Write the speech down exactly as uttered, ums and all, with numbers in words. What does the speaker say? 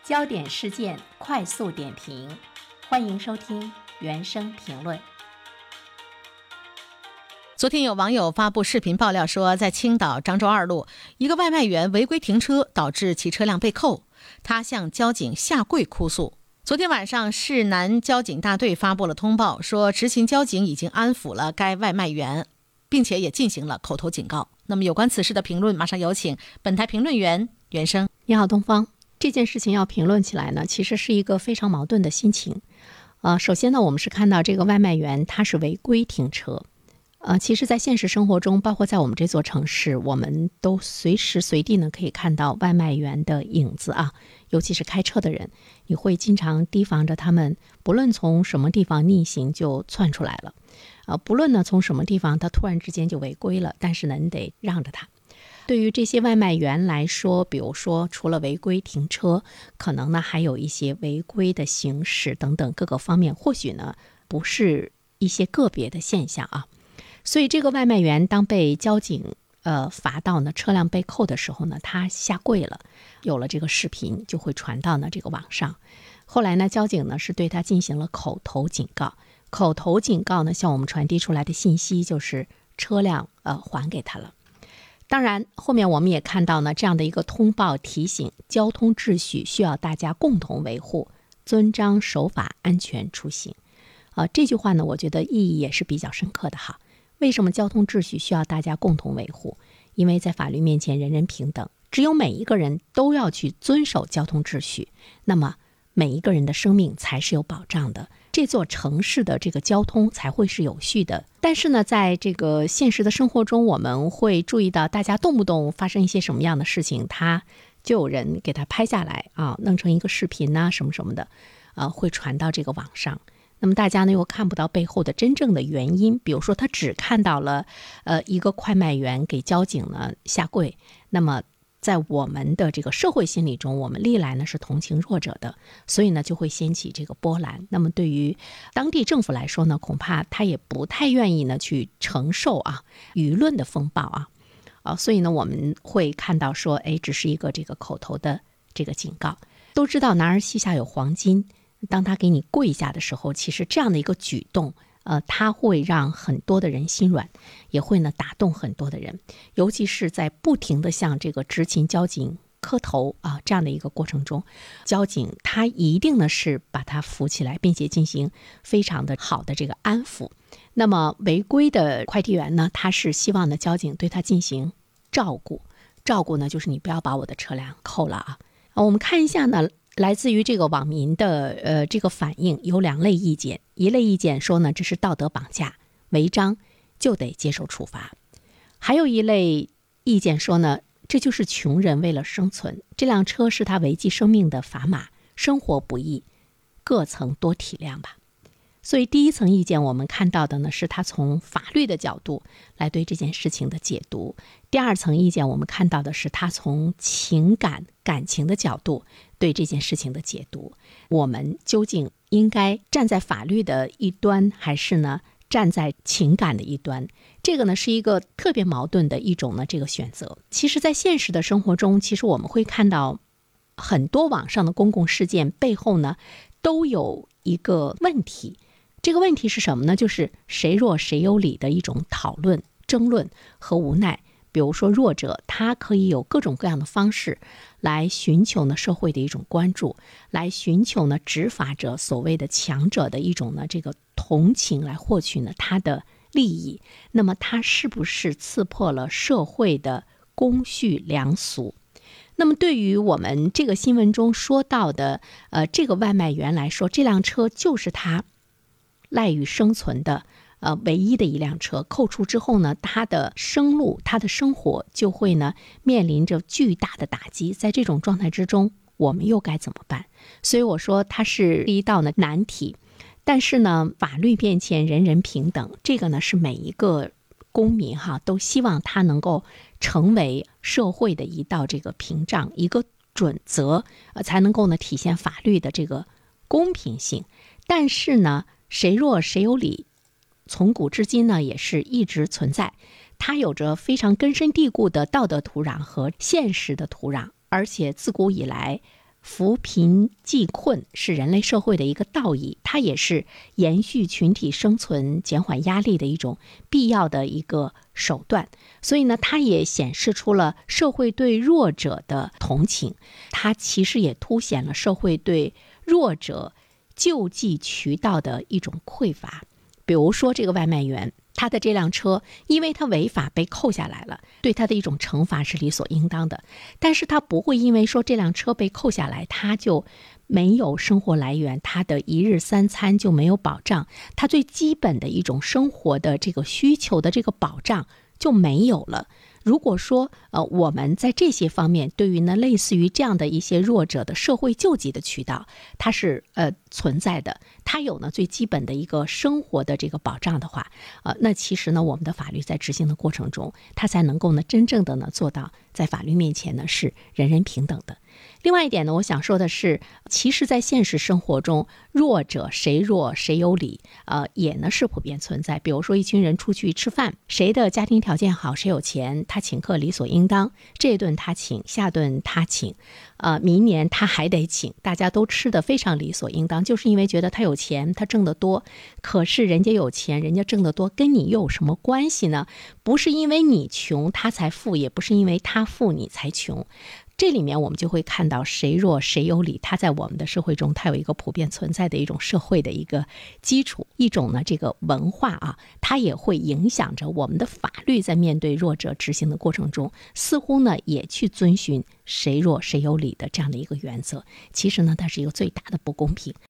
焦点事件快速点评，欢迎收听原声评论。 昨天有网友发布视频爆料说，在青岛漳州二路，一个外卖员违规停车，导致其车辆被扣，他向交警下跪哭诉。昨天晚上，市南交警大队发布了通报，说执勤交警已经安抚了该外卖员，并且也进行了口头警告。那么有关此事的评论，马上有请本台评论员袁生。 你好，东方。这件事情要评论起来呢，其实是一个非常矛盾的心情。呃，首先呢，我们是看到这个外卖员他是违规停车。呃，其实在现实生活中，包括在我们这座城市，我们都随时随地呢可以看到外卖员的影子啊，尤其是开车的人，你会经常提防着他们，不论从什么地方逆行就窜出来了，呃，不论呢从什么地方他突然之间就违规了，但是呢你得让着他。对于这些外卖员来说，比如说除了违规停车，可能呢还有一些违规的行驶等等各个方面，或许呢不是一些个别的现象啊。所以这个外卖员当被交警呃罚到呢车辆被扣的时候呢，他下跪了，有了这个视频就会传到呢这个网上。后来呢交警呢是对他进行了口头警告，口头警告呢向我们传递出来的信息就是车辆呃还给他了。当然后面我们也看到呢这样的一个通报提醒，交通秩序需要大家共同维护，遵章守法，安全出行。呃这句话呢我觉得意义也是比较深刻的哈。为什么交通秩序需要大家共同维护？因为在法律面前人人平等，只有每一个人都要去遵守交通秩序，那么每一个人的生命才是有保障的，这座城市的这个交通才会是有序的。但是呢，在这个现实的生活中，我们会注意到大家动不动发生一些什么样的事情，他就有人给他拍下来啊，弄成一个视频啊什么什么的，呃，会传到这个网上。那么大家呢又看不到背后的真正的原因，比如说他只看到了呃一个快卖员给交警呢下跪，那么在我们的这个社会心理中，我们历来呢是同情弱者的，所以呢就会掀起这个波澜。那么对于当地政府来说呢，恐怕他也不太愿意呢去承受啊舆论的风暴啊，啊，所以呢我们会看到说，哎，只是一个这个口头的这个警告。都知道男儿膝下有黄金。当他给你跪下的时候，其实这样的一个举动呃，他会让很多的人心软，也会呢打动很多的人，尤其是在不停的向这个执勤交警磕头啊这样的一个过程中，交警他一定呢是把他扶起来，并且进行非常的好的这个安抚。那么违规的快递员呢，他是希望呢交警对他进行照顾，照顾呢就是你不要把我的车辆扣了啊。我们看一下呢来自于这个网民的呃这个反应，有两类意见。一类意见说呢，这是道德绑架，违章就得接受处罚。还有一类意见说呢，这就是穷人为了生存，这辆车是他维系生命的砝码，生活不易，各层多体谅吧。所以第一层意见我们看到的呢，是他从法律的角度来对这件事情的解读。第二层意见我们看到的是他从情感感情的角度对这件事情的解读。我们究竟应该站在法律的一端，还是呢站在情感的一端？这个呢是一个特别矛盾的一种呢这个选择。其实在现实的生活中，其实我们会看到很多网上的公共事件背后呢都有一个问题。这个问题是什么呢？就是谁弱谁有理的一种讨论、争论和无奈。比如说弱者，他可以有各种各样的方式来寻求呢社会的一种关注，来寻求呢执法者所谓的强者的一种呢这个同情，来获取呢他的利益。那么他是不是刺破了社会的公序良俗？那么对于我们这个新闻中说到的呃这个外卖员来说，这辆车就是他赖以生存的呃，唯一的一辆车，扣除之后呢，他的生路，他的生活就会呢面临着巨大的打击。在这种状态之中，我们又该怎么办？所以我说它是一道呢难题。但是呢，法律面前人人平等，这个呢是每一个公民哈都希望他能够成为社会的一道这个屏障，一个准则，呃，才能够呢体现法律的这个公平性。但是呢，谁弱谁有理？从古至今呢也是一直存在，它有着非常根深蒂固的道德土壤和现实的土壤，而且自古以来扶贫济困是人类社会的一个道义，它也是延续群体生存、减缓压力的一种必要的一个手段。所以呢，它也显示出了社会对弱者的同情，它其实也凸显了社会对弱者救济渠道的一种匮乏。比如说这个外卖员，他的这辆车因为他违法被扣下来了，对他的一种惩罚是理所应当的，但是他不会因为说这辆车被扣下来，他就没有生活来源，他的一日三餐就没有保障，他最基本的一种生活的这个需求的这个保障就没有了。如果说呃我们在这些方面对于呢类似于这样的一些弱者的社会救济的渠道，它是呃存在的，它有呢最基本的一个生活的这个保障的话，呃那其实呢我们的法律在执行的过程中，它才能够呢真正的呢做到在法律面前呢是人人平等的。另外一点呢，我想说的是，其实在现实生活中，弱者谁弱谁有理，呃，也呢是普遍存在。比如说一群人出去吃饭，谁的家庭条件好，谁有钱，他请客理所应当，这顿他请，下顿他请，呃，明年他还得请，大家都吃得非常理所应当，就是因为觉得他有钱，他挣得多。可是人家有钱，人家挣得多，跟你又有什么关系呢？不是因为你穷他才富，也不是因为他富你才穷。这里面我们就会看到谁弱谁有理，它在我们的社会中，它有一个普遍存在的一种社会的一个基础，一种呢这个文化啊，它也会影响着我们的法律在面对弱者执行的过程中，似乎呢也去遵循谁弱谁有理的这样的一个原则。其实呢，它是一个最大的不公平。